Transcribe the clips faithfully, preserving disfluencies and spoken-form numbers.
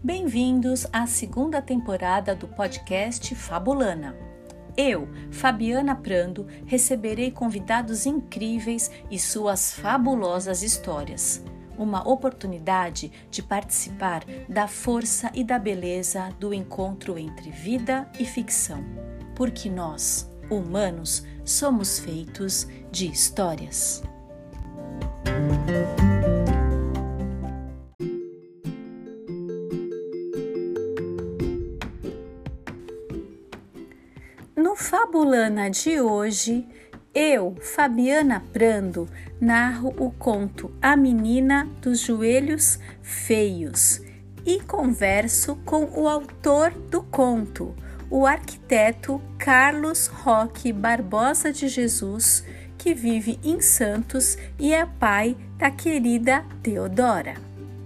Bem-vindos à segunda temporada do podcast Fabulana. Eu, Fabiana Prando, receberei convidados incríveis e suas fabulosas histórias. Uma oportunidade de participar da força e da beleza do encontro entre vida e ficção. Porque nós, humanos, somos feitos de histórias. No Fabulana de hoje, eu, Fabiana Prando, narro o conto A Menina dos Joelhos Feios e converso com o autor do conto, o arquiteto Carlos Roque Barbosa de Jesus, que vive em Santos e é pai da querida Teodora.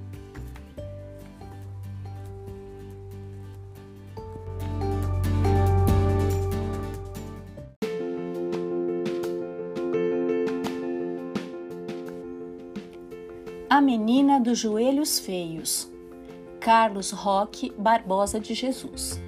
A Menina dos Joelhos Feios, Carlos Roque Barbosa de Jesus.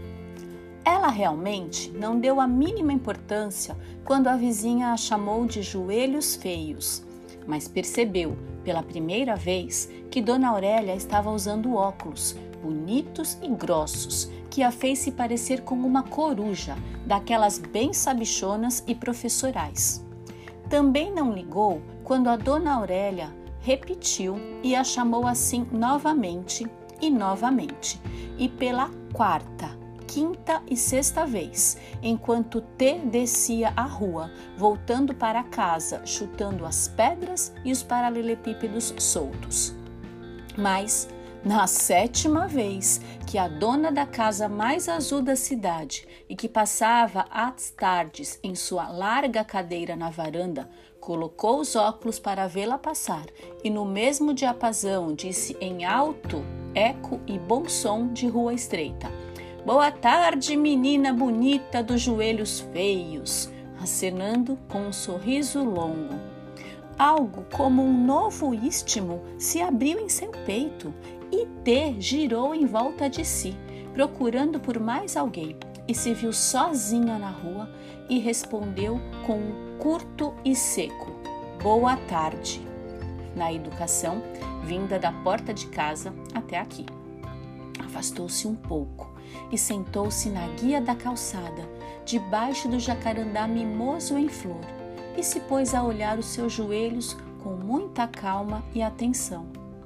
Ela realmente não deu a mínima importância quando a vizinha a chamou de joelhos feios, mas percebeu pela primeira vez que Dona Aurélia estava usando óculos bonitos e grossos que a fez se parecer com uma coruja, daquelas bem sabichonas e professorais. Também não ligou quando a Dona Aurélia repetiu e a chamou assim novamente e novamente, e pela quarta, quinta e sexta vez, enquanto T descia a rua, voltando para casa, chutando as pedras e os paralelepípedos soltos. Mas, na sétima vez que a dona da casa mais azul da cidade e que passava as tardes em sua larga cadeira na varanda, colocou os óculos para vê-la passar e no mesmo diapasão disse em alto, eco e bom som de rua estreita: "Boa tarde, menina bonita dos joelhos feios", acenando com um sorriso longo. Algo como um novo istmo se abriu em seu peito e T girou em volta de si, procurando por mais alguém, e se viu sozinha na rua e respondeu com um curto e seco: "Boa tarde", na educação vinda da porta de casa até aqui. Afastou-se um pouco e sentou-se na guia da calçada, debaixo do jacarandá mimoso em flor, e se pôs a olhar os seus joelhos com muita calma e atenção.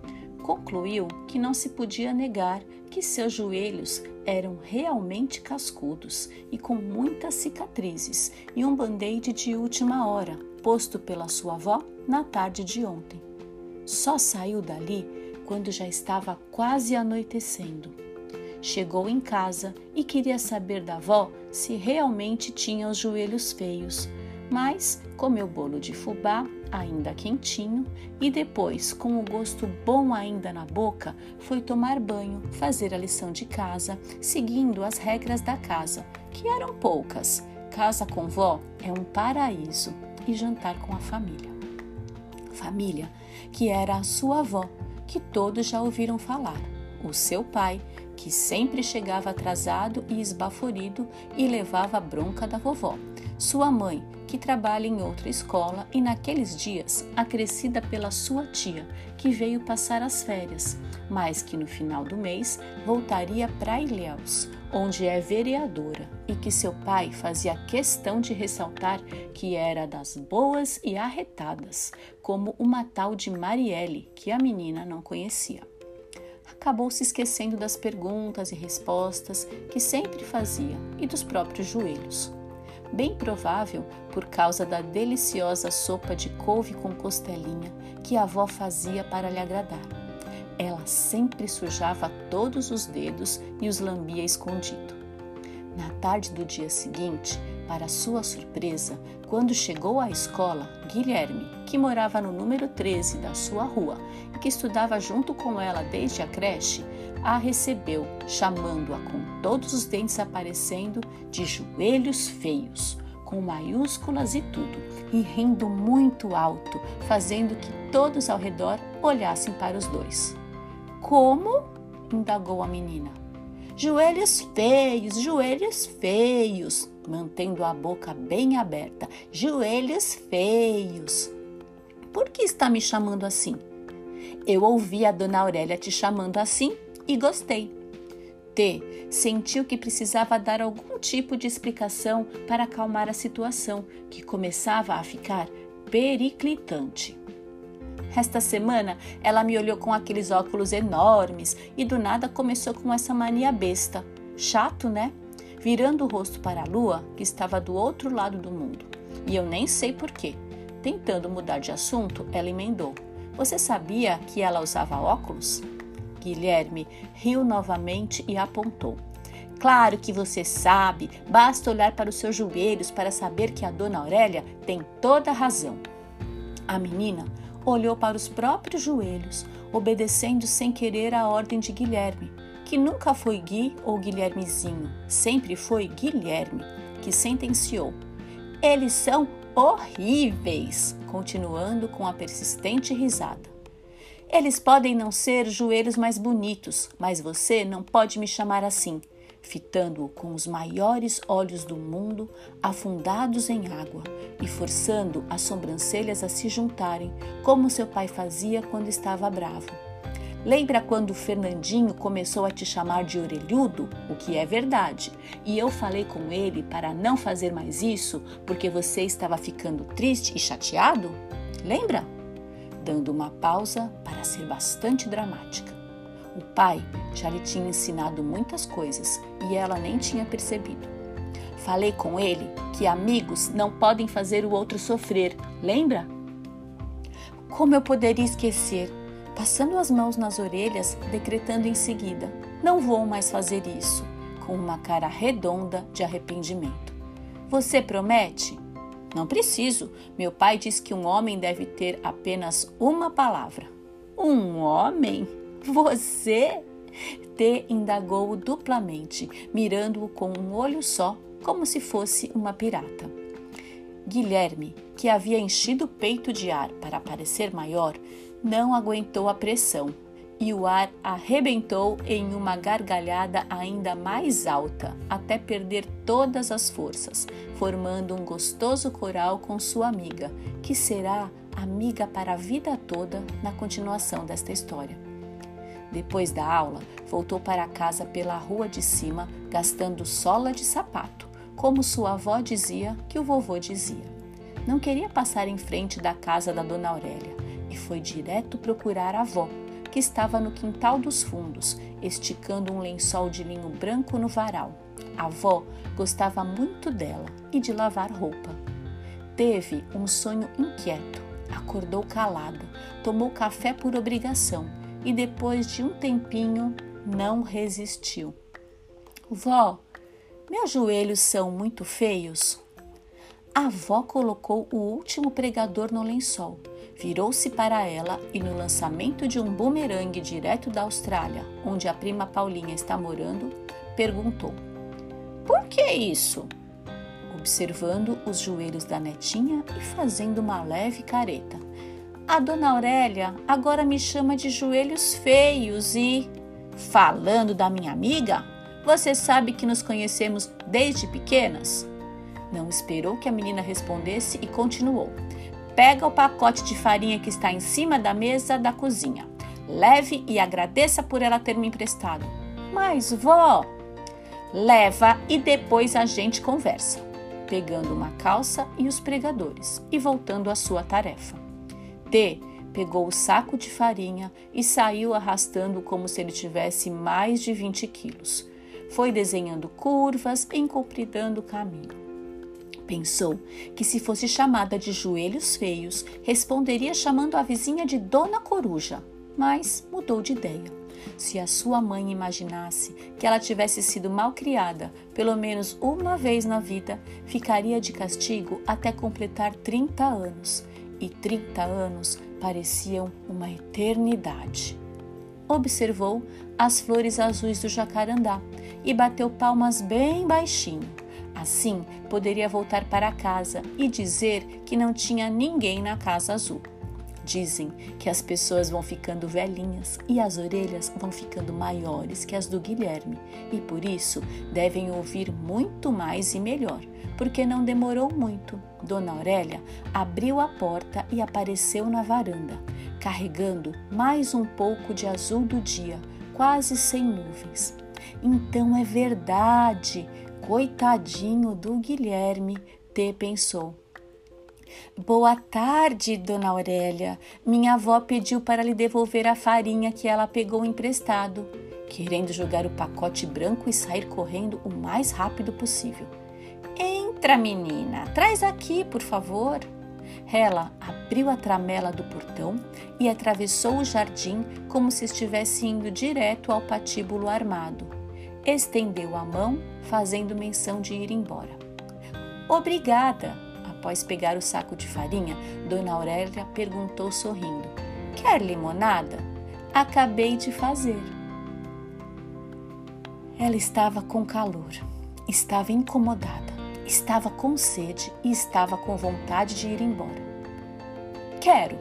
Concluiu que não se podia negar que seus joelhos eram realmente cascudos e com muitas cicatrizes e um band-aid de última hora, posto pela sua avó na tarde de ontem. Só saiu dali quando já estava quase anoitecendo. Chegou em casa e queria saber da avó se realmente tinha os joelhos feios, mas comeu bolo de fubá, ainda quentinho, e depois, com o gosto bom ainda na boca, foi tomar banho, fazer a lição de casa, seguindo as regras da casa, que eram poucas. Casa com vó é um paraíso, e jantar com a família. Família que era a sua avó, que todos já ouviram falar, o seu pai, que sempre chegava atrasado e esbaforido e levava a bronca da vovó, sua mãe, que trabalha em outra escola e naqueles dias acrescida pela sua tia, que veio passar as férias, mas que no final do mês voltaria para Ilhéus, onde é vereadora, e que seu pai fazia questão de ressaltar que era das boas e arretadas, como uma tal de Marielle, que a menina não conhecia. Acabou se esquecendo das perguntas e respostas que sempre fazia e dos próprios joelhos. Bem provável por causa da deliciosa sopa de couve com costelinha que a avó fazia para lhe agradar. Ela sempre sujava todos os dedos e os lambia escondido. Na tarde do dia seguinte, para sua surpresa, quando chegou à escola, Guilherme, que morava no número treze da sua rua e que estudava junto com ela desde a creche, a recebeu, chamando-a com todos os dentes aparecendo de joelhos feios, com maiúsculas e tudo, e rindo muito alto, fazendo que todos ao redor olhassem para os dois. "Como?", indagou a menina. Joelhos feios, joelhos feios, mantendo a boca bem aberta. Joelhos feios. Por que está me chamando assim? Eu ouvi a dona Aurélia te chamando assim e gostei. T sentiu que precisava dar algum tipo de explicação para acalmar a situação, que começava a ficar periclitante. Esta semana, ela me olhou com aqueles óculos enormes e do nada começou com essa mania besta. Chato, né? Virando o rosto para a lua, que estava do outro lado do mundo. E eu nem sei por quê. Tentando mudar de assunto, ela emendou. Você sabia que ela usava óculos? Guilherme riu novamente e apontou. Claro que você sabe, basta olhar para os seus joelhos para saber que a dona Aurélia tem toda a razão. A menina olhou para os próprios joelhos, obedecendo sem querer a ordem de Guilherme, que nunca foi Gui ou Guilhermezinho, sempre foi Guilherme, que sentenciou. Eles são horríveis, continuando com a persistente risada. Eles podem não ser joelhos mais bonitos, mas você não pode me chamar assim, fitando-o com os maiores olhos do mundo afundados em água e forçando as sobrancelhas a se juntarem, como seu pai fazia quando estava bravo. Lembra quando o Fernandinho começou a te chamar de orelhudo? O que é verdade. E eu falei com ele para não fazer mais isso porque você estava ficando triste e chateado? Lembra? Dando uma pausa para ser bastante dramática. O pai já lhe tinha ensinado muitas coisas e ela nem tinha percebido. Falei com ele que amigos não podem fazer o outro sofrer, lembra? Como eu poderia esquecer? Passando as mãos nas orelhas, decretando em seguida, não vou mais fazer isso, com uma cara redonda de arrependimento. Você promete? Não preciso. Meu pai diz que um homem deve ter apenas uma palavra. Um homem? Você? T indagou-o duplamente, mirando-o com um olho só, como se fosse uma pirata. Guilherme, que havia enchido o peito de ar para parecer maior, não aguentou a pressão e o ar arrebentou em uma gargalhada ainda mais alta, até perder todas as forças, formando um gostoso coral com sua amiga, que será amiga para a vida toda na continuação desta história. Depois da aula, voltou para casa pela rua de cima, gastando sola de sapato, como sua avó dizia que o vovô dizia. Não queria passar em frente da casa da dona Aurélia e foi direto procurar a avó, que estava no quintal dos fundos, esticando um lençol de linho branco no varal. A avó gostava muito dela e de lavar roupa. Teve um sonho inquieto, acordou calada, tomou café por obrigação e depois de um tempinho não resistiu. Vó, meus joelhos são muito feios? A avó colocou o último pregador no lençol, virou-se para ela e no lançamento de um bumerangue direto da Austrália, onde a prima Paulinha está morando, perguntou: Por que isso? Observando os joelhos da netinha e fazendo uma leve careta. A dona Aurélia agora me chama de joelhos feios e... Falando da minha amiga, você sabe que nos conhecemos desde pequenas? Não esperou que a menina respondesse e continuou. Pega o pacote de farinha que está em cima da mesa da cozinha. Leve e agradeça por ela ter me emprestado. Mas, vó... Leva e depois a gente conversa. Pegando uma calça e os pregadores e voltando à sua tarefa. T pegou o saco de farinha e saiu arrastando como se ele tivesse mais de vinte quilos. Foi desenhando curvas e encompridando o caminho. Pensou que se fosse chamada de joelhos feios, responderia chamando a vizinha de Dona Coruja, mas mudou de ideia. Se a sua mãe imaginasse que ela tivesse sido mal criada pelo menos uma vez na vida, ficaria de castigo até completar trinta anos. E trinta anos pareciam uma eternidade. Observou as flores azuis do jacarandá e bateu palmas bem baixinho. Assim, poderia voltar para casa e dizer que não tinha ninguém na casa azul. Dizem que as pessoas vão ficando velhinhas e as orelhas vão ficando maiores que as do Guilherme e por isso devem ouvir muito mais e melhor, porque não demorou muito. Dona Aurélia abriu a porta e apareceu na varanda, carregando mais um pouco de azul do dia, quase sem nuvens. Então é verdade, coitadinho do Guilherme, Tê pensou. Boa tarde, Dona Aurélia. Minha avó pediu para lhe devolver a farinha que ela pegou emprestado, querendo jogar o pacote branco e sair correndo o mais rápido possível. Entra, menina, traz aqui, por favor. Ela abriu a tramela do portão e atravessou o jardim como se estivesse indo direto ao patíbulo armado. Estendeu a mão, fazendo menção de ir embora. Obrigada! Após pegar o saco de farinha, Dona Aurélia perguntou sorrindo. Quer limonada? Acabei de fazer. Ela estava com calor, estava incomodada, estava com sede e estava com vontade de ir embora. Quero.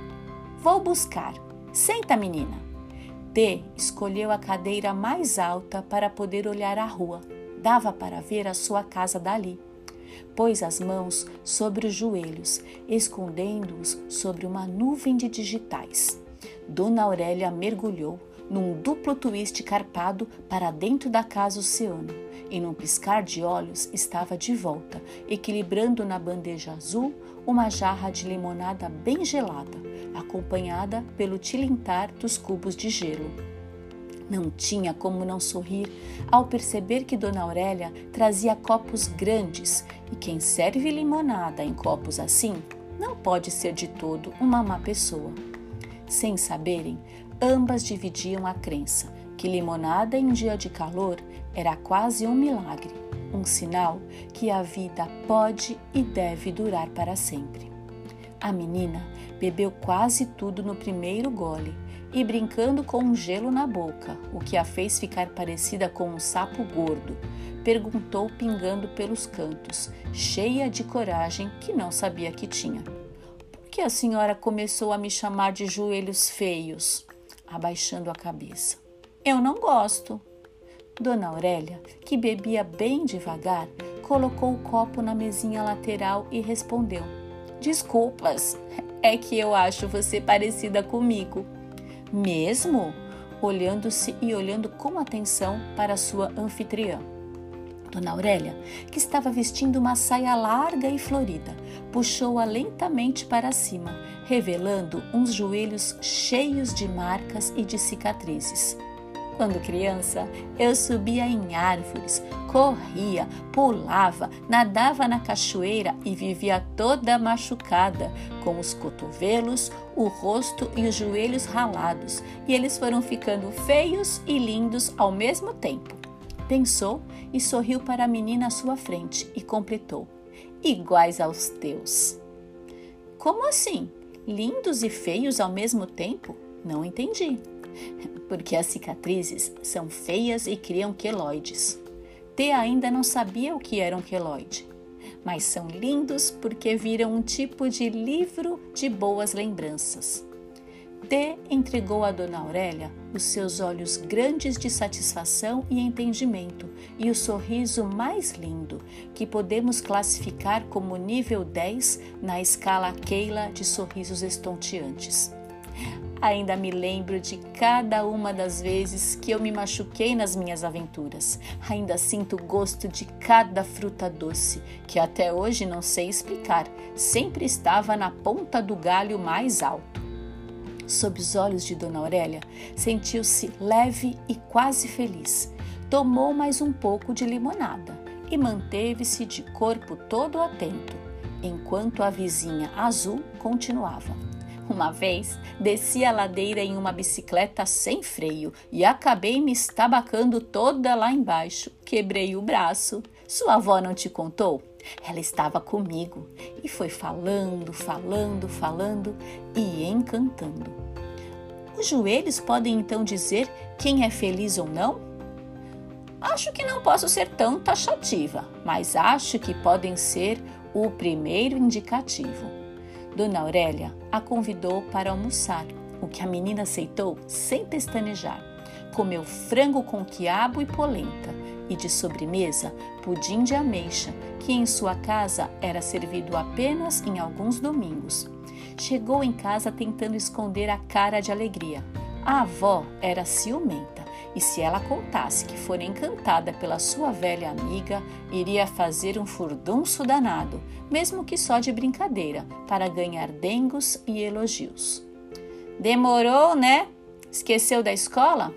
Vou buscar. Senta, menina. Tê escolheu a cadeira mais alta para poder olhar a rua. Dava para ver a sua casa dali. Pôs as mãos sobre os joelhos, escondendo-os sobre uma nuvem de digitais. Dona Aurélia mergulhou num duplo twist carpado para dentro da casa oceano e num piscar de olhos estava de volta, equilibrando na bandeja azul uma jarra de limonada bem gelada, acompanhada pelo tilintar dos cubos de gelo. Não tinha como não sorrir ao perceber que Dona Aurélia trazia copos grandes e quem serve limonada em copos assim não pode ser de todo uma má pessoa. Sem saberem, ambas dividiam a crença que limonada em dia de calor era quase um milagre, um sinal que a vida pode e deve durar para sempre. A menina bebeu quase tudo no primeiro gole e brincando com um gelo na boca, o que a fez ficar parecida com um sapo gordo, perguntou pingando pelos cantos, cheia de coragem que não sabia que tinha. Por que a senhora começou a me chamar de joelhos feios? Abaixando a cabeça. Eu não gosto. Dona Aurélia, que bebia bem devagar, colocou o copo na mesinha lateral e respondeu. Desculpas, é que eu acho você parecida comigo. Mesmo? Olhando-se e olhando com atenção para sua anfitriã. Dona Aurélia, que estava vestindo uma saia larga e florida, puxou-a lentamente para cima, revelando uns joelhos cheios de marcas e de cicatrizes. Quando criança, eu subia em árvores, corria, pulava, nadava na cachoeira e vivia toda machucada, com os cotovelos, o rosto e os joelhos ralados, e eles foram ficando feios e lindos ao mesmo tempo. Pensou e sorriu para a menina à sua frente e completou. Iguais aos teus. Como assim? Lindos e feios ao mesmo tempo? Não entendi. Porque as cicatrizes são feias e criam queloides. Tê ainda não sabia o que era um queloide, mas são lindos porque viram um tipo de livro de boas lembranças. Tê entregou a Dona Aurélia os seus olhos grandes de satisfação e entendimento e o sorriso mais lindo, que podemos classificar como nível dez na escala Keila de sorrisos estonteantes. Ainda me lembro de cada uma das vezes que eu me machuquei nas minhas aventuras. Ainda sinto o gosto de cada fruta doce, que até hoje não sei explicar. Sempre estava na ponta do galho mais alto. Sob os olhos de Dona Aurélia, sentiu-se leve e quase feliz. Tomou mais um pouco de limonada e manteve-se de corpo todo atento, enquanto a vizinha azul continuava. Uma vez, desci a ladeira em uma bicicleta sem freio e acabei me estabacando toda lá embaixo. Quebrei o braço. Sua avó não te contou? Ela estava comigo e foi falando, falando, falando e encantando. Os joelhos podem então dizer quem é feliz ou não? Acho que não posso ser tão taxativa, mas acho que podem ser o primeiro indicativo. Dona Aurélia a convidou para almoçar, o que a menina aceitou sem pestanejar. Comeu frango com quiabo e polenta e de sobremesa pudim de ameixa, que em sua casa era servido apenas em alguns domingos. Chegou em casa tentando esconder a cara de alegria. A avó era ciumenta e se ela contasse que fora encantada pela sua velha amiga, iria fazer um furdunço danado, mesmo que só de brincadeira, para ganhar dengos e elogios. Demorou, né? Esqueceu da escola?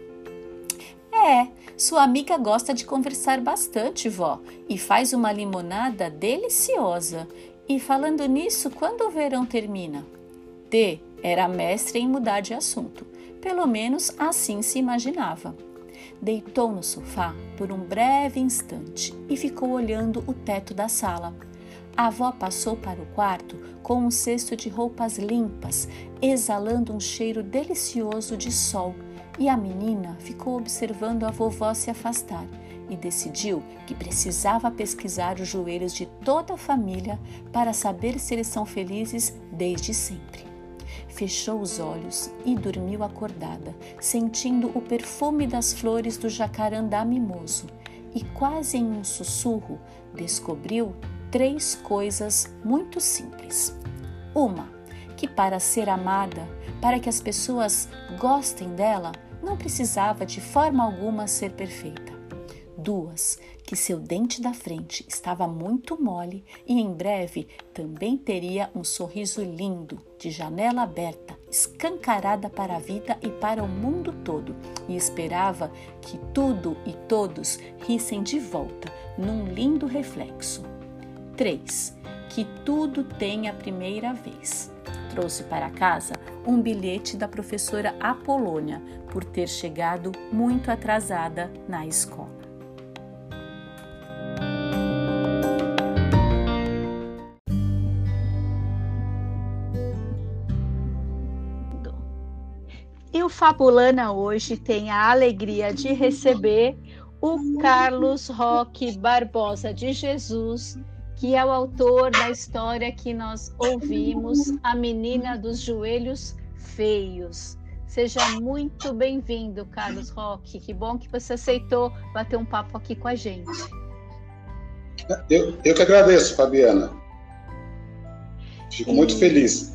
É, sua amiga gosta de conversar bastante, vó, e faz uma limonada deliciosa. E falando nisso, quando o verão termina? D era mestre em mudar de assunto. Pelo menos assim se imaginava. Deitou no sofá por um breve instante e ficou olhando o teto da sala. A avó passou para o quarto com um cesto de roupas limpas, exalando um cheiro delicioso de sol, e a menina ficou observando a vovó se afastar e decidiu que precisava pesquisar os joelhos de toda a família para saber se eles são felizes desde sempre. Fechou os olhos e dormiu acordada, sentindo o perfume das flores do jacarandá mimoso, e quase em um sussurro descobriu três coisas muito simples. Uma, que para ser amada, para que as pessoas gostem dela, não precisava de forma alguma ser perfeita. Duas, que seu dente da frente estava muito mole e em breve também teria um sorriso lindo, de janela aberta, escancarada para a vida e para o mundo todo, e esperava que tudo e todos rissem de volta, num lindo reflexo. Três, que tudo tem a primeira vez. Trouxe para casa um bilhete da professora Apolônia por ter chegado muito atrasada na escola. E o Fabulana hoje tem a alegria de receber o Carlos Roque Barbosa de Jesus, que é o autor da história que nós ouvimos, A Menina dos Joelhos Feios. Seja muito bem-vindo, Carlos Roque. Que bom que você aceitou bater um papo aqui com a gente. Eu, eu que agradeço, Fabiana. Fico e... muito feliz.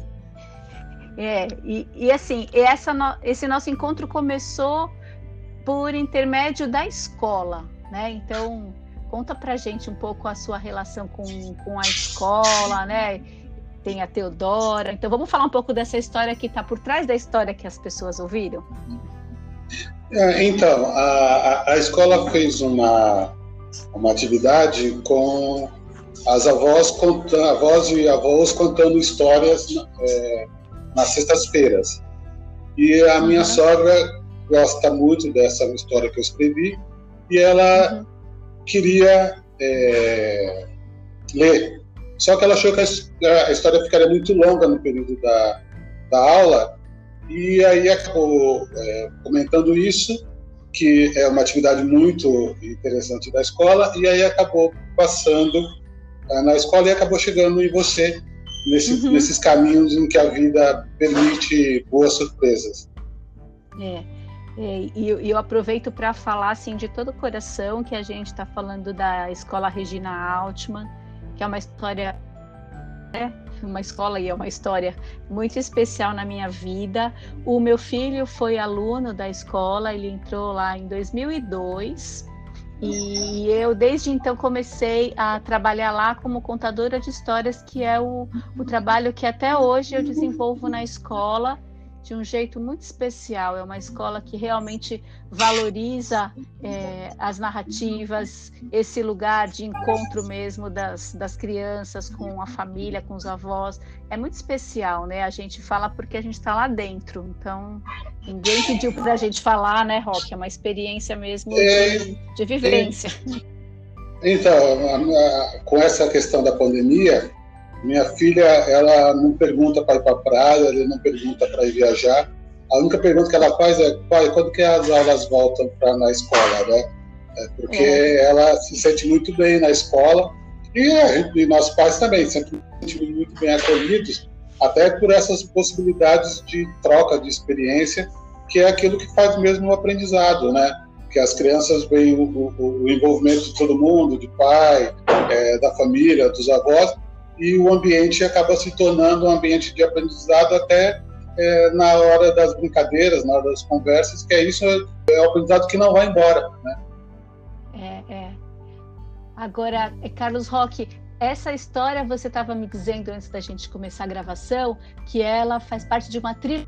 É, e, e assim, essa no, esse nosso encontro começou por intermédio da escola, né? Então, conta pra gente um pouco a sua relação com, com a escola, né? Tem a Teodora. Então, vamos falar um pouco dessa história que está por trás da história que as pessoas ouviram? É, então, a, a escola fez uma, uma atividade com as avós, contando, avós e avós contando histórias é, nas sextas-feiras. E a minha uhum. sogra gosta muito dessa história que eu escrevi e ela uhum. queria é, ler. Só que ela achou que a história ficaria muito longa no período da, da aula e aí acabou é, comentando isso, que é uma atividade muito interessante da escola, e aí acabou passando é, na escola e acabou chegando em você, nesse, uhum. nesses caminhos em que a vida permite boas surpresas. É. É, e eu, eu aproveito para falar assim, de todo o coração que a gente está falando da Escola Regina Altman, que é uma história, é uma escola e é uma história muito especial na minha vida. O meu filho foi aluno da escola, ele entrou lá em dois mil e dois e eu desde então comecei a trabalhar lá como contadora de histórias, que é o, o trabalho que até hoje eu desenvolvo na escola de um jeito muito especial. É uma escola que realmente valoriza é, as narrativas, esse lugar de encontro mesmo das, das crianças com a família, com os avós. É muito especial, né? A gente fala porque a gente está lá dentro. Então, ninguém pediu para a gente falar, né, Roque? É uma experiência mesmo é, de, de vivência. É, então, a, a, com essa questão da pandemia, minha filha, ela não pergunta para ir para a praia, ela não pergunta para ir viajar. A única pergunta que ela faz é: pai, quando que as aulas voltam para na escola, né? É porque é. ela se sente muito bem na escola e, a gente, e nossos pais também sempre se sentem muito bem acolhidos até por essas possibilidades de troca de experiência, que é aquilo que faz mesmo o aprendizado, né? Que as crianças veem o, o, o envolvimento de todo mundo, de pai, é, da família, dos avós, e o ambiente acaba se tornando um ambiente de aprendizado até é, na hora das brincadeiras, na hora das conversas, que é isso, é o aprendizado que não vai embora, né? É, é. Agora, Carlos Roque, essa história você estava me dizendo antes da gente começar a gravação, que ela faz parte de uma trilha.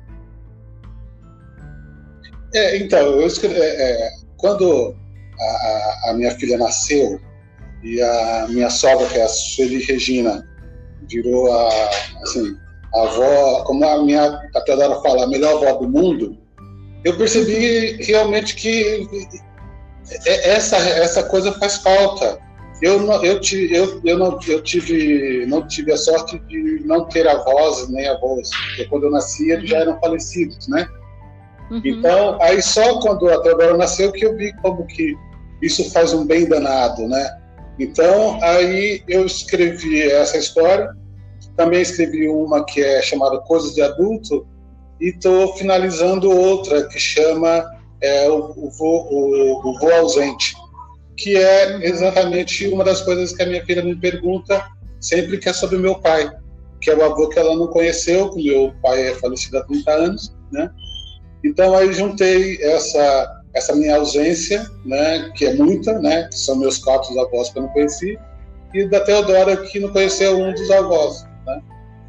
É, então, eu escrevi, é, quando a, a minha filha nasceu e a minha sogra, que é a Sueli Regina, virou a, assim, a avó, como a minha a Teodora fala, a melhor avó do mundo, eu percebi realmente que essa, essa coisa faz falta. Eu, não, eu, eu, eu, não, eu tive, não tive a sorte de não ter avós nem avós, porque quando eu nasci eles já eram falecidos, né? Uhum. Então, aí só quando a Teodora nasceu que eu vi como que isso faz um bem danado, né? Então, aí eu escrevi essa história, também escrevi uma que é chamada Coisas de Adulto, e estou finalizando outra que chama é, o, o, vô, o, o Vô Ausente, que é exatamente uma das coisas que a minha filha me pergunta sempre, que é sobre meu pai, que é o avô que ela não conheceu, que meu pai é falecido há trinta anos, né? Então, aí juntei essa, essa minha ausência, né, que é muita, né, que são meus quatro avós que eu não conheci, e da Teodora, que não conheceu um dos avós, né?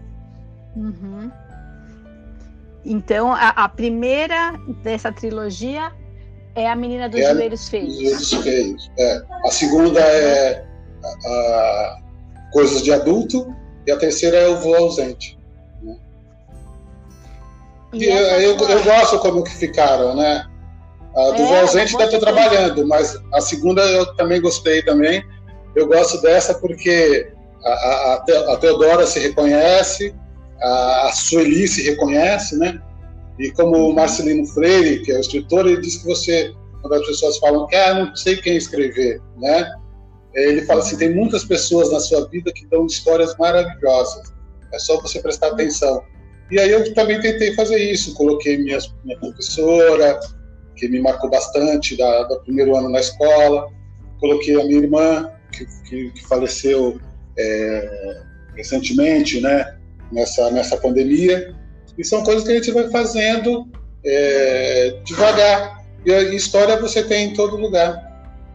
Uhum. Então, a, a primeira dessa trilogia é a Menina dos é Joelhos Feios. Joelhos Feios, é. A segunda é a, a Coisas de Adulto, e a terceira é o Vô Ausente. Né? E, e eu, eu, eu gosto como que ficaram, né? A do é, Vô Ausente ainda estou trabalhando, mas a segunda eu também gostei também. Eu gosto dessa porque a, a, a Teodora se reconhece, a, a Sueli se reconhece, né? E como o Marcelino Freire, que é o escritor, ele diz que você, quando as pessoas falam que ah, não sei quem escrever, né? Ele fala assim, tem muitas pessoas na sua vida que dão histórias maravilhosas, é só você prestar atenção. E aí eu também tentei fazer isso, coloquei minha, minha professora, que me marcou bastante, da, do primeiro ano na escola, coloquei a minha irmã, que, que, que faleceu é, recentemente, né, nessa, nessa pandemia, e são coisas que a gente vai fazendo é, devagar, e a história você tem em todo lugar.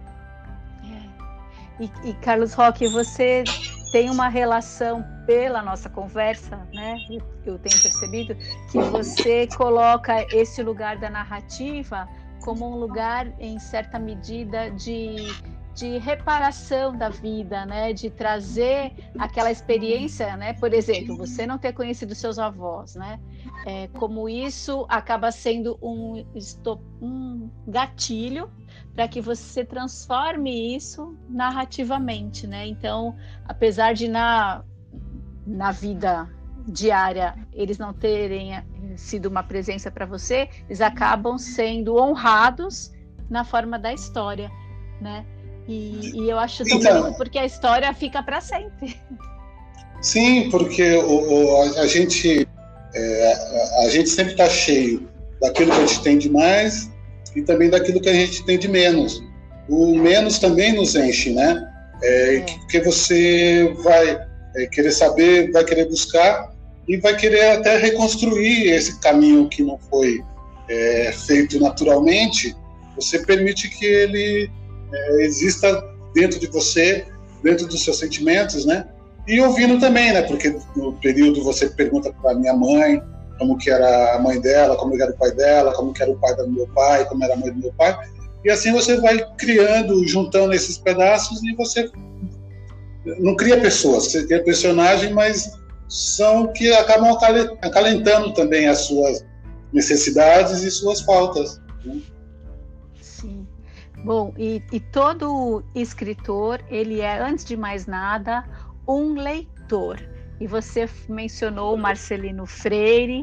É. E, e Carlos Roque, você tem uma relação, pela nossa conversa, né, eu tenho percebido, que você coloca esse lugar da narrativa como um lugar, em certa medida, de, de reparação da vida, né, de trazer aquela experiência, né, por exemplo, você não ter conhecido seus avós, né, é, como isso acaba sendo um, um gatilho para que você transforme isso narrativamente, né, então, apesar de na, na vida diária eles não terem sido uma presença para você, eles acabam sendo honrados na forma da história, né? E, e eu acho tão então, bonito porque a história fica para sempre. Sim, porque o, o, a, a gente é, a, a gente sempre está cheio daquilo que a gente tem de mais e também daquilo que a gente tem de menos. O menos também nos enche, né? É, é. Porque você vai é, querer saber, vai querer buscar e vai querer até reconstruir esse caminho que não foi é, feito naturalmente. Você permite que ele é, exista dentro de você, dentro dos seus sentimentos, né? E ouvindo também, né? Porque no período você pergunta para minha mãe como que era a mãe dela, como era o pai dela, como que era o pai do meu pai, como era a mãe do meu pai. E assim você vai criando, juntando esses pedaços e você não cria pessoas, você cria personagem, mas são que acabam acalentando também as suas necessidades e suas faltas. Né? Sim. Bom, e, e todo escritor, ele é, antes de mais nada, um leitor. E você mencionou o Marcelino Freire,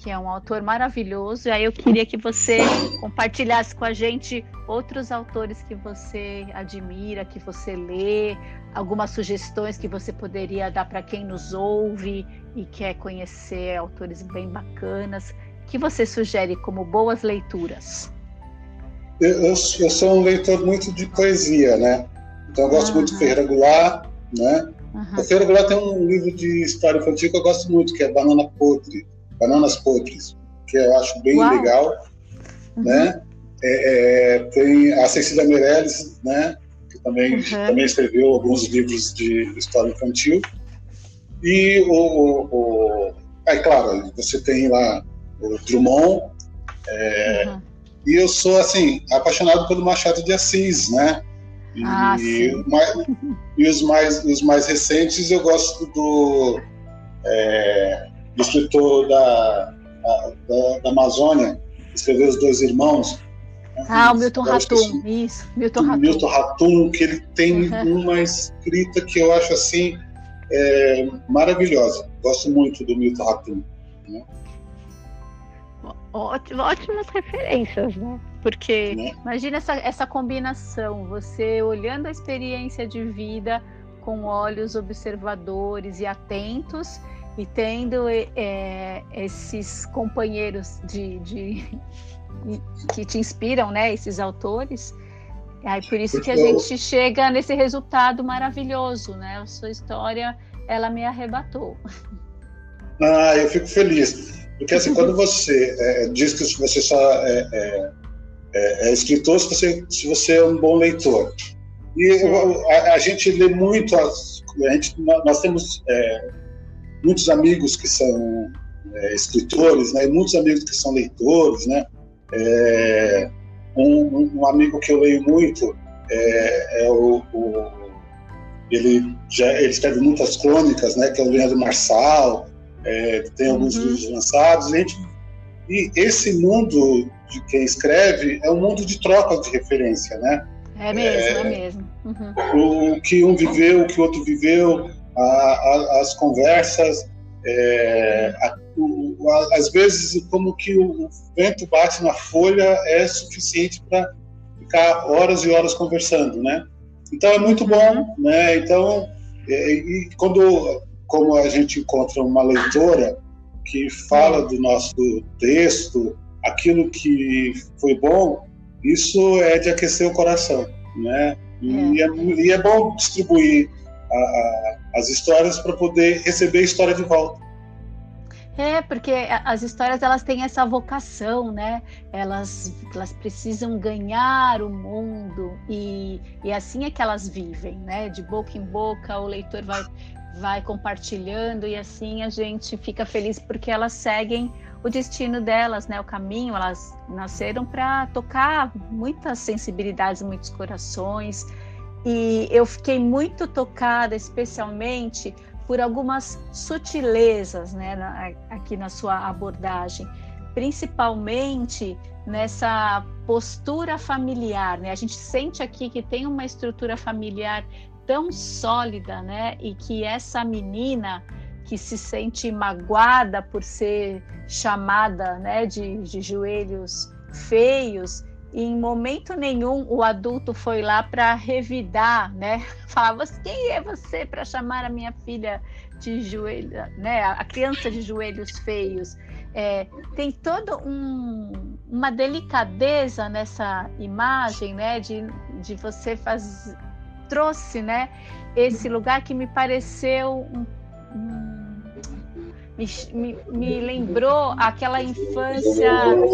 que é um autor maravilhoso, e aí eu queria que você compartilhasse com a gente outros autores que você admira, que você lê, algumas sugestões que você poderia dar para quem nos ouve e quer conhecer autores bem bacanas, que você sugere como boas leituras. Eu, eu, eu sou um leitor muito de poesia, né? Então eu gosto uhum. muito de Ferreira Goulart, né? Uhum. O Ferreira Goulart tem um livro de história infantil que eu gosto muito, que é Banana Podre, Bananas Podres, que eu acho bem Uau. legal, uhum. né? É, é, tem a Cecília Meirelles, né? Que também, uhum. também escreveu alguns livros de história infantil. E o, o, o é claro, você tem lá o Drummond, é, uhum. e eu sou assim apaixonado pelo Machado de Assis, né? E, ah, mais, e os mais os mais recentes eu gosto do, é, do escritor da, da, da Amazônia, que escreveu Os Dois Irmãos. Ah, né? O Milton Ratum, isso, Milton Ratum. Milton Ratum, que ele tem uhum. uma escrita que eu acho assim é, maravilhosa. Gosto muito do Milton Ratum, né? Ótimas referências, né? Porque né? imagina essa, essa combinação, você olhando a experiência de vida com olhos observadores e atentos e tendo é, esses companheiros de, de, que te inspiram, né? Esses autores. Aí por isso que a gente chega nesse resultado maravilhoso, né? A sua história, ela me arrebatou. Ah, eu fico feliz. Porque assim, quando você é, diz que você só é, é, é escritor se você, se você é um bom leitor. E a, a gente lê muito, as, a gente, nós temos é, muitos amigos que são é, escritores, né, e muitos amigos que são leitores, né. É, um, um amigo que eu leio muito é, é o, o ele, já, ele escreve muitas crônicas, né, que é o Leandro Marçal. É, tem alguns uhum. livros lançados, e, gente, e esse mundo de quem escreve é um mundo de troca de referência, né? É mesmo, é, é mesmo. Uhum. O que um viveu, o que o outro viveu, a, a, as conversas, é, a, o, a, às vezes como que o, o vento bate na folha é suficiente para ficar horas e horas conversando, né? Então é muito bom, né? Então, é, e quando como a gente encontra uma leitora que fala do nosso texto, aquilo que foi bom, isso é de aquecer o coração, né? E é, e é bom distribuir a, a, as histórias para poder receber a história de volta. É, porque as histórias, elas têm essa vocação, né? Elas, elas precisam ganhar o mundo e, e assim é que elas vivem, né? De boca em boca, o leitor vai... vai compartilhando e assim a gente fica feliz porque elas seguem o destino delas, né? O caminho, elas nasceram para tocar muitas sensibilidades, muitos corações, e eu fiquei muito tocada, especialmente por algumas sutilezas, né? Na, aqui na sua abordagem, principalmente nessa postura familiar, né? A gente sente aqui que tem uma estrutura familiar tão sólida, né? E que essa menina que se sente magoada por ser chamada, né, de, de joelhos feios, e em momento nenhum o adulto foi lá para revidar, né? Falava, quem é você para chamar a minha filha de joelhos, né? A criança de joelhos feios. É, tem toda um, uma delicadeza nessa imagem, né? De, de você fazer trouxe, né, esse lugar que me pareceu um, um, me, me, me lembrou aquela infância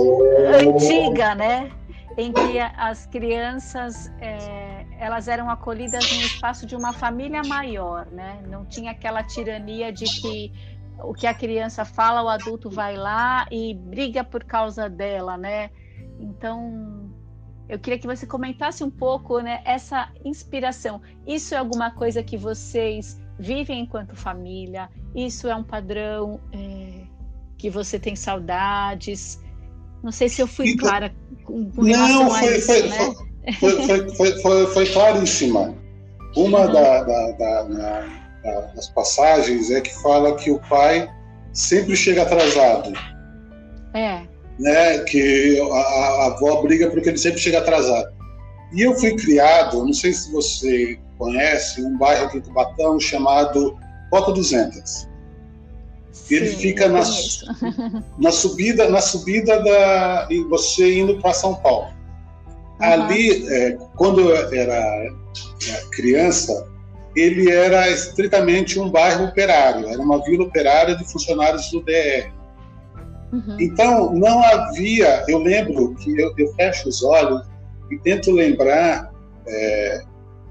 antiga, né, em que as crianças é, elas eram acolhidas no espaço de uma família maior, né, não tinha aquela tirania de que o que a criança fala, o adulto vai lá e briga por causa dela, né. Então eu queria que você comentasse um pouco, né, essa inspiração. Isso é alguma coisa que vocês vivem enquanto família? Isso é um padrão é, que você tem saudades? Não sei se eu fui então, clara com, com relação não, foi, a isso, foi, né? Foi, foi, foi, foi, foi claríssima. Uma uhum. da, da, da, da, das passagens é que fala que o pai sempre chega atrasado. É. Né, que a, a avó briga porque ele sempre chega atrasado. E eu fui criado, não sei se você conhece, um bairro aqui em Cubatão chamado Rota duzentos. Sim, ele fica na, na subida, na subida da você indo para São Paulo. Uhum. Ali, é, quando eu era criança, ele era estritamente um bairro operário, era uma vila operária de funcionários do D R. Uhum. Então, não havia, eu lembro que eu, eu fecho os olhos e tento lembrar é,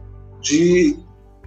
de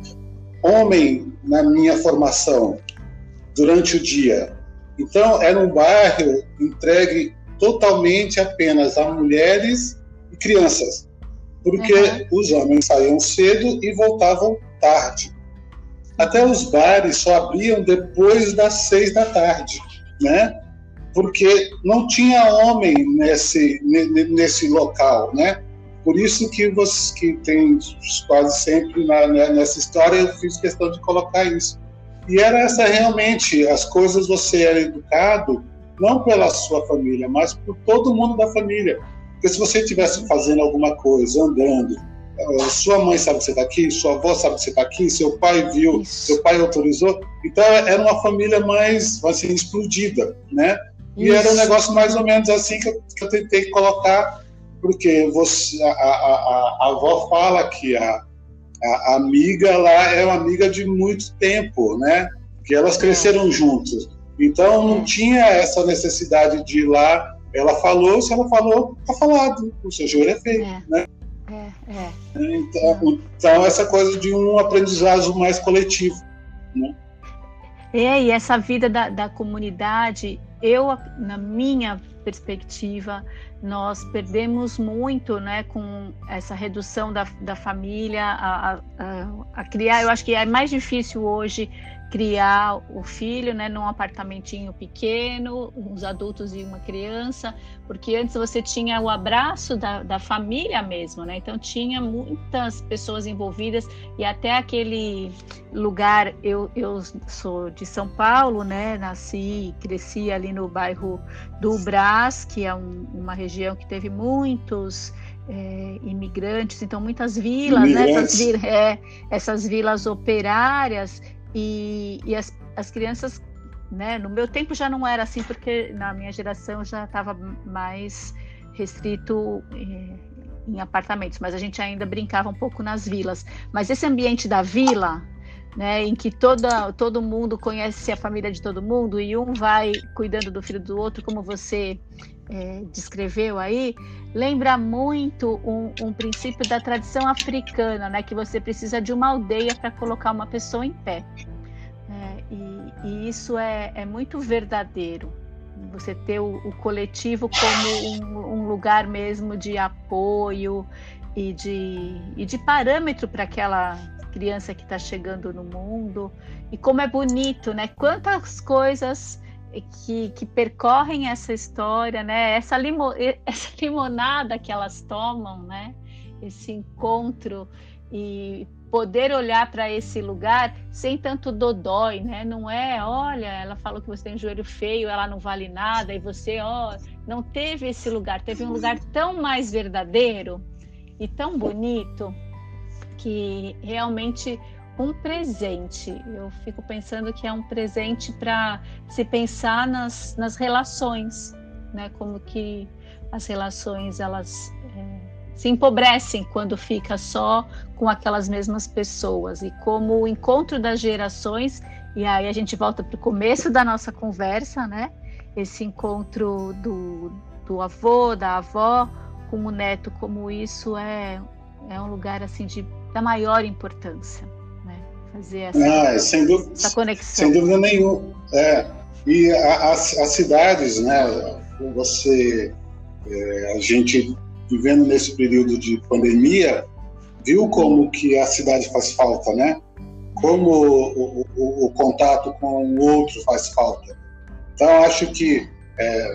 homem na minha formação durante o dia. Então, era um bairro entregue totalmente apenas a mulheres e crianças, porque uhum. os homens saíam cedo e voltavam tarde. Até os bares só abriam depois das seis da tarde, né? Porque não tinha homem nesse, nesse local, né? Por isso que você que tem quase sempre na, nessa história eu fiz questão de colocar isso. E era essa realmente, as coisas você era educado não pela sua família, mas por todo mundo da família. Porque se você estivesse fazendo alguma coisa, andando, sua mãe sabe que você está aqui, sua avó sabe que você está aqui, seu pai viu, isso. seu pai autorizou. Então era uma família mais assim, explodida, né? E isso. Era um negócio mais ou menos assim que eu, que eu tentei colocar, porque você, a, a, a, a avó fala que a, a amiga lá é uma amiga de muito tempo, né? Que elas cresceram é. juntas. Então não é. tinha essa necessidade de ir lá. Ela falou, se ela falou, tá falado. O seu juro é feito, é. né? É, é. Então, então, essa coisa de um aprendizado mais coletivo, né? É, e essa vida da, da comunidade, eu, na minha perspectiva, nós perdemos muito, né, com essa redução da, da família, a, a, a criar. Eu acho que é mais difícil hoje criar o filho, né, num apartamentinho pequeno, uns adultos e uma criança, porque antes você tinha o abraço da, da família mesmo, né? Então tinha muitas pessoas envolvidas e até aquele lugar, eu, eu sou de São Paulo, né? Nasci, cresci ali no bairro do Brás, que é um, uma região que teve muitos É, imigrantes, então muitas vilas, né, essas, vilas, é, essas vilas operárias e, e as, as crianças, né, no meu tempo já não era assim, porque na minha geração já estava mais restrito é, em apartamentos, mas a gente ainda brincava um pouco nas vilas. Mas esse ambiente da vila, né, em que toda, todo mundo conhece a família de todo mundo e um vai cuidando do filho do outro, como você é, descreveu aí, lembra muito um, um princípio da tradição africana, né, que você precisa de uma aldeia para colocar uma pessoa em pé. É, e, e isso é, é muito verdadeiro. Você ter o, o coletivo como um, um lugar mesmo de apoio e de, e de parâmetro para aquela criança que está chegando no mundo. E como é bonito, né? Quantas coisas que, que percorrem essa história, né? Essa, limo, essa limonada que elas tomam, né? Esse encontro e poder olhar para esse lugar sem tanto dodói, né? Não é, olha, ela falou que você tem um joelho feio, ela não vale nada, e você, ó, não teve esse lugar, teve um lugar tão mais verdadeiro e tão bonito que realmente um presente. Eu fico pensando que é um presente para se pensar nas, nas relações, né? Como que as relações elas é, se empobrecem quando fica só com aquelas mesmas pessoas, e como o encontro das gerações, e aí a gente volta para o começo da nossa conversa, né? Esse encontro do, do avô, da avó com o neto, como isso é, é um lugar assim de, da maior importância, né? Fazer essa, ah, sem dúvida, essa conexão. Sem dúvida nenhuma. É. E a, as, as cidades, né? Você, é, a gente vivendo nesse período de pandemia, viu como que a cidade faz falta, né? Como o, o, o contato com o outro faz falta. Então, acho que é,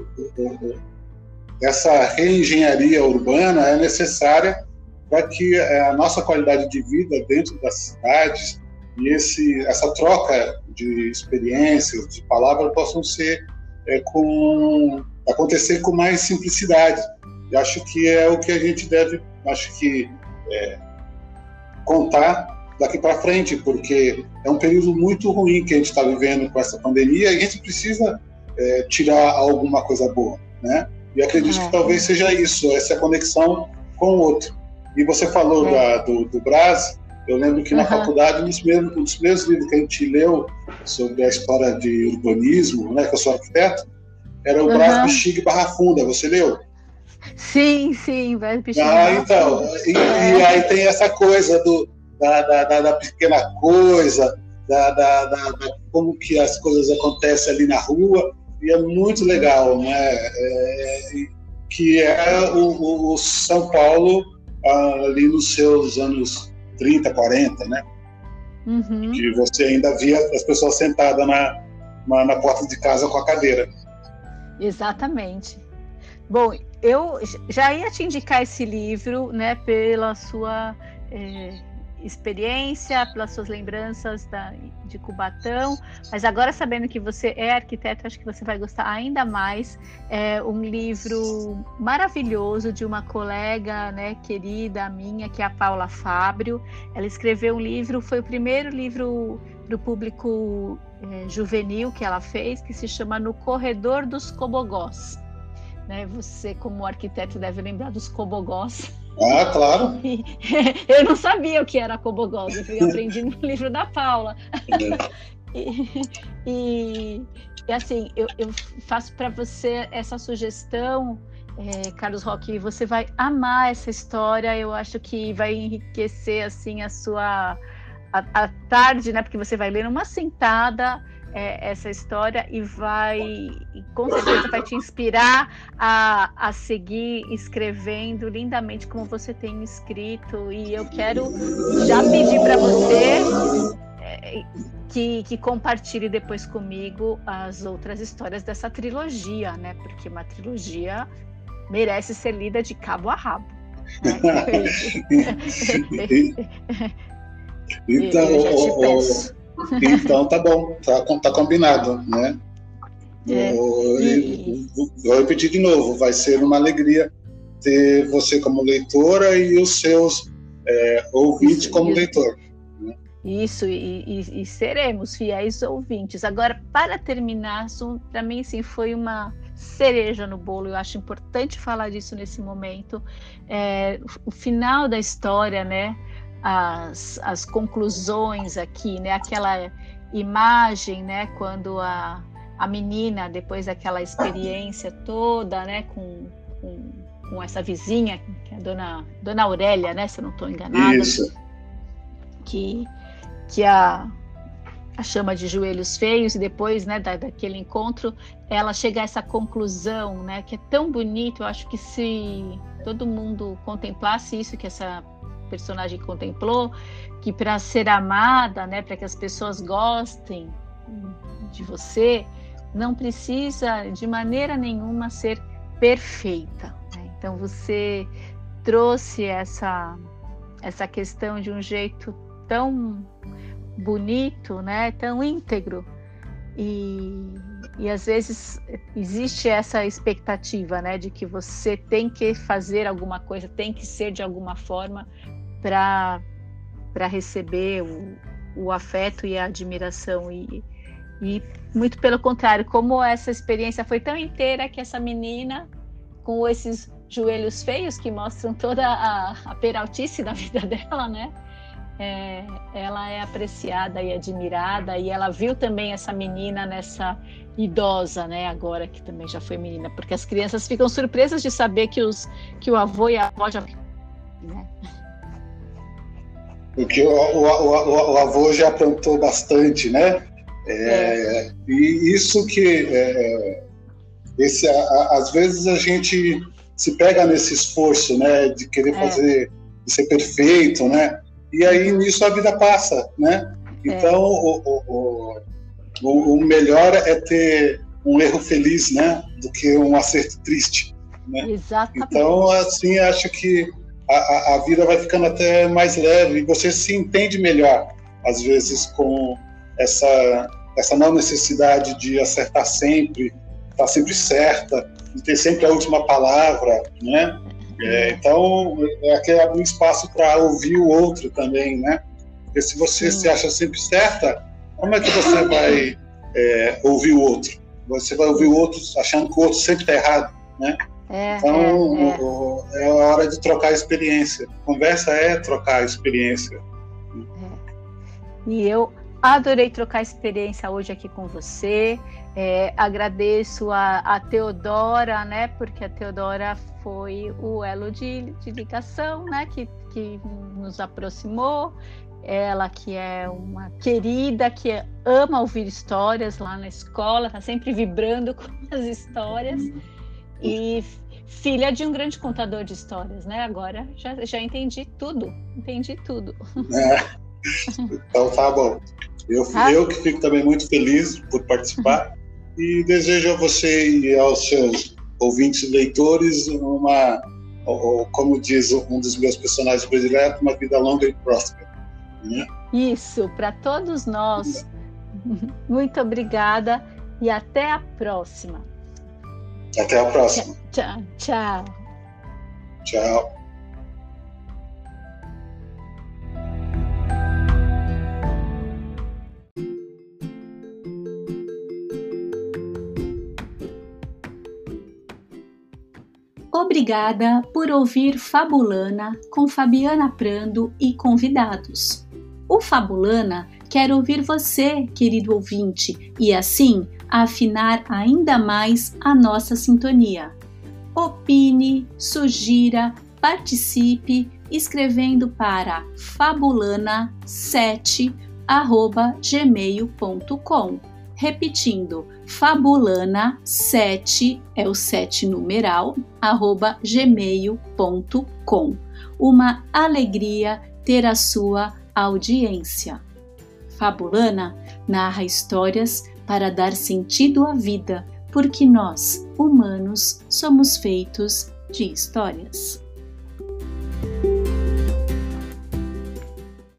essa reengenharia urbana é necessária para que a nossa qualidade de vida dentro das cidades e esse, essa troca de experiências, de palavras, possam ser é, com acontecer com mais simplicidade. Eu acho que é o que a gente deve, acho que é, contar daqui para frente, porque é um período muito ruim que a gente está vivendo com essa pandemia e a gente precisa é, tirar alguma coisa boa, né? E acredito que talvez seja isso, essa conexão com o outro. E você falou é. da, do, do Brás, eu lembro que na uhum. faculdade, um dos, primeiros, um dos primeiros livros que a gente leu sobre a história de urbanismo, né, que eu sou arquiteto, era o uhum. Brás, Bexiga e Barra Funda. Você leu? Sim, sim, Brás, Bexiga. Ah, então, e, é. e aí tem essa coisa do, da, da, da, da pequena coisa, da, da, da, da como que as coisas acontecem ali na rua, e é muito legal, né? É, que é o, o, o São Paulo ali nos seus anos trinta, quarenta, né? Uhum. Que você ainda via as pessoas sentadas na, na, na porta de casa com a cadeira. Exatamente. Bom, eu já ia te indicar esse livro, né, pela sua é, experiência, pelas suas lembranças da, de Cubatão, mas agora, sabendo que você é arquiteto, acho que você vai gostar ainda mais. É um livro maravilhoso de uma colega, né, querida minha, que é a Paula Fábio. Ela escreveu um livro, foi o primeiro livro para o público é, juvenil que ela fez, que se chama No Corredor dos Cobogós. Né, você, como arquiteto, deve lembrar dos cobogós. Ah, claro. Eu não sabia o que era cobogós, eu fui aprendi no livro da Paula. É. e, e, e assim, eu, eu faço para você essa sugestão, é, Carlos Roque, você vai amar essa história. Eu acho que vai enriquecer assim a sua a, a tarde, né? Porque você vai ler numa sentada É, essa história e vai, e com certeza vai te inspirar a, a seguir escrevendo lindamente como você tem escrito. E eu quero já pedir para você é, que, que compartilhe depois comigo as outras histórias dessa trilogia, né? Porque uma trilogia merece ser lida de cabo a rabo. Né? Então, eu já te peço. Então tá bom, tá, tá combinado, né? É, eu, e... Vou repetir de novo, vai ser uma alegria ter você como leitora e os seus é, ouvintes isso, como isso. leitor. Né? Isso, e, e, e seremos fiéis ouvintes. Agora, para terminar, para mim sim, foi uma cereja no bolo, eu acho importante falar disso nesse momento. É, o final da história, né? As, as conclusões aqui, né? Aquela imagem, né? Quando a, a menina, depois daquela experiência toda, né? Com, com, com essa vizinha, que é a dona, dona Aurélia, né? Se eu não estou enganada. Isso. Que, que a, a chama de joelhos feios, e depois, né? Da, daquele encontro, ela chega a essa conclusão, né? Que é tão bonito. Eu acho que se todo mundo contemplasse isso que essa personagem contemplou, que para ser amada, né, para que as pessoas gostem de você, não precisa de maneira nenhuma ser perfeita. Né? Então você trouxe essa essa questão de um jeito tão bonito, né, tão íntegro, e, e às vezes existe essa expectativa, né, de que você tem que fazer alguma coisa, tem que ser de alguma forma para para receber o, o afeto e a admiração, e, e muito pelo contrário, como essa experiência foi tão inteira que essa menina, com esses joelhos feios que mostram toda a, a peraltice da vida dela, né? É, ela é apreciada e admirada, e ela viu também essa menina nessa idosa, né? Agora que também já foi menina, porque as crianças ficam surpresas de saber que, os, que o avô e a avó já... Né? Porque o, o, o, o avô já aprontou bastante, né? É, é. E isso que, é, esse, a, às vezes a gente se pega nesse esforço, né? De querer é. fazer, de ser perfeito, né? E aí nisso a vida passa, né? Então é. o, o, o, o melhor é ter um erro feliz, né? Do que um acerto triste, né? Exatamente. Então, assim, acho que A, a vida vai ficando até mais leve, e você se entende melhor, às vezes, com essa, essa não necessidade de acertar sempre, estar sempre certa, de ter sempre a última palavra, né? É, então, é aquele abrir espaço para ouvir o outro também, né? Porque se você Sim. se acha sempre certa, como é que você vai é, ouvir o outro? Você vai ouvir o outro achando que o outro sempre está errado, né? É, então, é, é. O, é a hora de trocar a experiência. Conversa é trocar a experiência. É. E eu adorei trocar experiência hoje aqui com você. É, agradeço a, a Teodora, né? Porque a Teodora foi o elo de, de ligação, né? Que, que nos aproximou. Ela que é uma querida, que ama ouvir histórias lá na escola, está sempre vibrando com as histórias. E filha de um grande contador de histórias, né? Agora já, já entendi tudo, entendi tudo. É. Então tá bom. Eu, ah. eu que fico também muito feliz por participar e desejo a você e aos seus ouvintes e leitores uma, como diz um dos meus personagens prediletos, uma vida longa e próspera. Né? Isso, para todos nós. Muito obrigada e até a próxima. Até a próxima. Tchau, tchau. Tchau. Obrigada por ouvir Fabulana com Fabiana Prando e convidados. O Fabulana quer ouvir você, querido ouvinte, e assim afinar ainda mais a nossa sintonia. Opine, sugira, participe escrevendo para fabulana sete arroba gmail ponto com. Repetindo, fabulana sete é o sete numeral, arroba gmail ponto com. Uma alegria ter a sua audiência. Fabulana narra histórias para dar sentido à vida, porque nós, humanos, somos feitos de histórias.